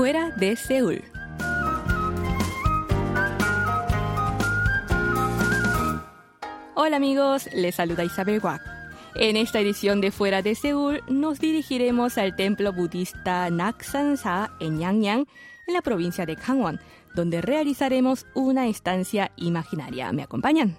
Fuera de Seúl. Hola amigos, les saluda Isabel Kwak. En esta edición de Fuera de Seúl nos dirigiremos al templo budista Naksansa en Yangyang, en la provincia de Gangwon, donde realizaremos una estancia imaginaria. ¿Me acompañan?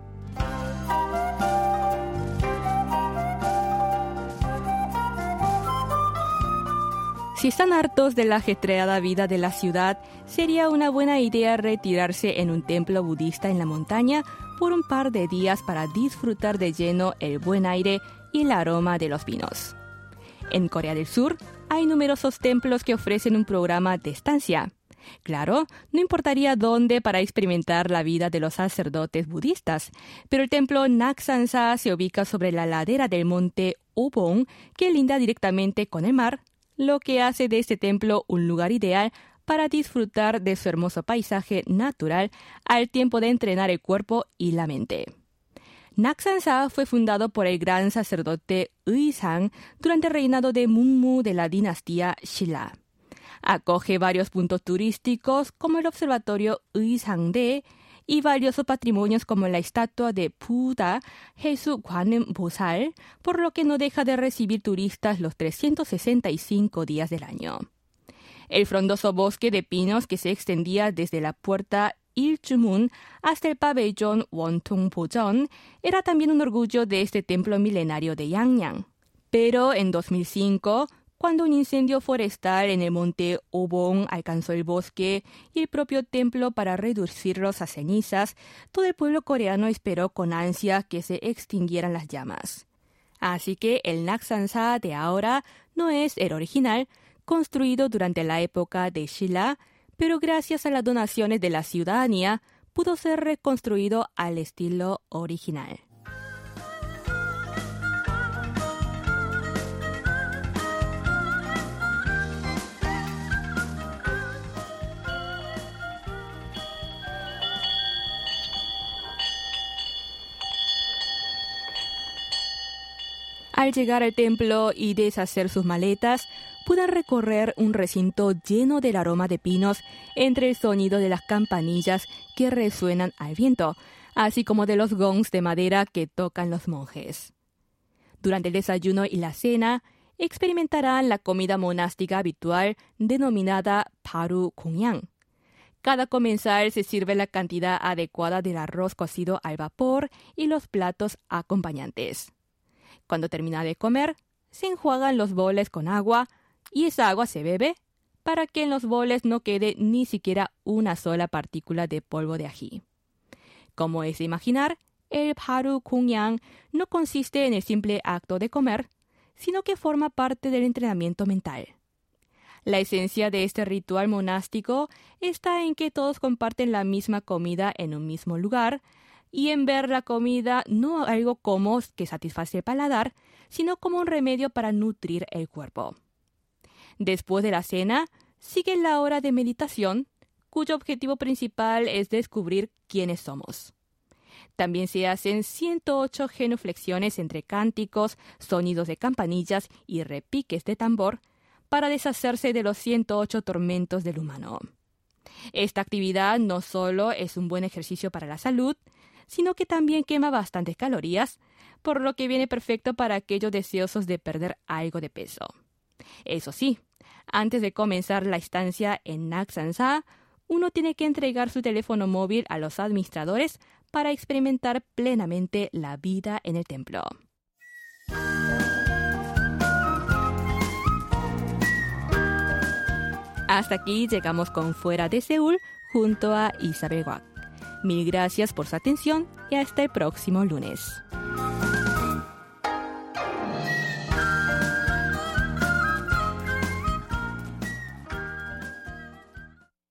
Si están hartos de la ajetreada vida de la ciudad, sería una buena idea retirarse en un templo budista en la montaña por un par de días para disfrutar de lleno el buen aire y el aroma de los pinos. En Corea del Sur hay numerosos templos que ofrecen un programa de estancia. Claro, no importaría dónde para experimentar la vida de los sacerdotes budistas, pero el templo Naksansa se ubica sobre la ladera del monte Obong, que linda directamente con el mar, lo que hace de este templo un lugar ideal para disfrutar de su hermoso paisaje natural al tiempo de entrenar el cuerpo y la mente. Naksansa fue fundado por el gran sacerdote Uisang durante el reinado de Munmu de la dinastía Shilla. Acoge varios puntos turísticos como el observatorio Uisangdae y valiosos patrimonios como la estatua de Buda Jesu Gwaneum Bosal, por lo que no deja de recibir turistas los 365 días del año. El frondoso bosque de pinos que se extendía desde la puerta Iljumun hasta el pabellón Wontung-Bojeon era también un orgullo de este templo milenario de Yangyang. Pero en 2005, cuando un incendio forestal en el monte Obong alcanzó el bosque y el propio templo para reducirlos a cenizas, todo el pueblo coreano esperó con ansia que se extinguieran las llamas. Así que el Naksansa de ahora no es el original, construido durante la época de Shilla, pero gracias a las donaciones de la ciudadanía, pudo ser reconstruido al estilo original. Al llegar al templo y deshacer sus maletas, pude recorrer un recinto lleno del aroma de pinos entre el sonido de las campanillas que resuenan al viento, así como de los gongs de madera que tocan los monjes. Durante el desayuno y la cena, experimentarán la comida monástica habitual denominada Paru Gongyang. Cada comensal se sirve la cantidad adecuada del arroz cocido al vapor y los platos acompañantes. Cuando termina de comer, se enjuagan los boles con agua y esa agua se bebe para que en los boles no quede ni siquiera una sola partícula de polvo de ají. Como es de imaginar, el Paru Gongyang no consiste en el simple acto de comer, sino que forma parte del entrenamiento mental. La esencia de este ritual monástico está en que todos comparten la misma comida en un mismo lugar, y en ver la comida no algo como que satisface el paladar, sino como un remedio para nutrir el cuerpo. Después de la cena, sigue la hora de meditación, cuyo objetivo principal es descubrir quiénes somos. También se hacen 108 genuflexiones entre cánticos, sonidos de campanillas y repiques de tambor para deshacerse de los 108 tormentos del humano. Esta actividad no solo es un buen ejercicio para la salud, sino que también quema bastantes calorías, por lo que viene perfecto para aquellos deseosos de perder algo de peso. Eso sí, antes de comenzar la estancia en Naksansa, uno tiene que entregar su teléfono móvil a los administradores para experimentar plenamente la vida en el templo. Hasta aquí llegamos con Fuera de Seúl junto a Isabel Kwak. Mil gracias por su atención y hasta el próximo lunes.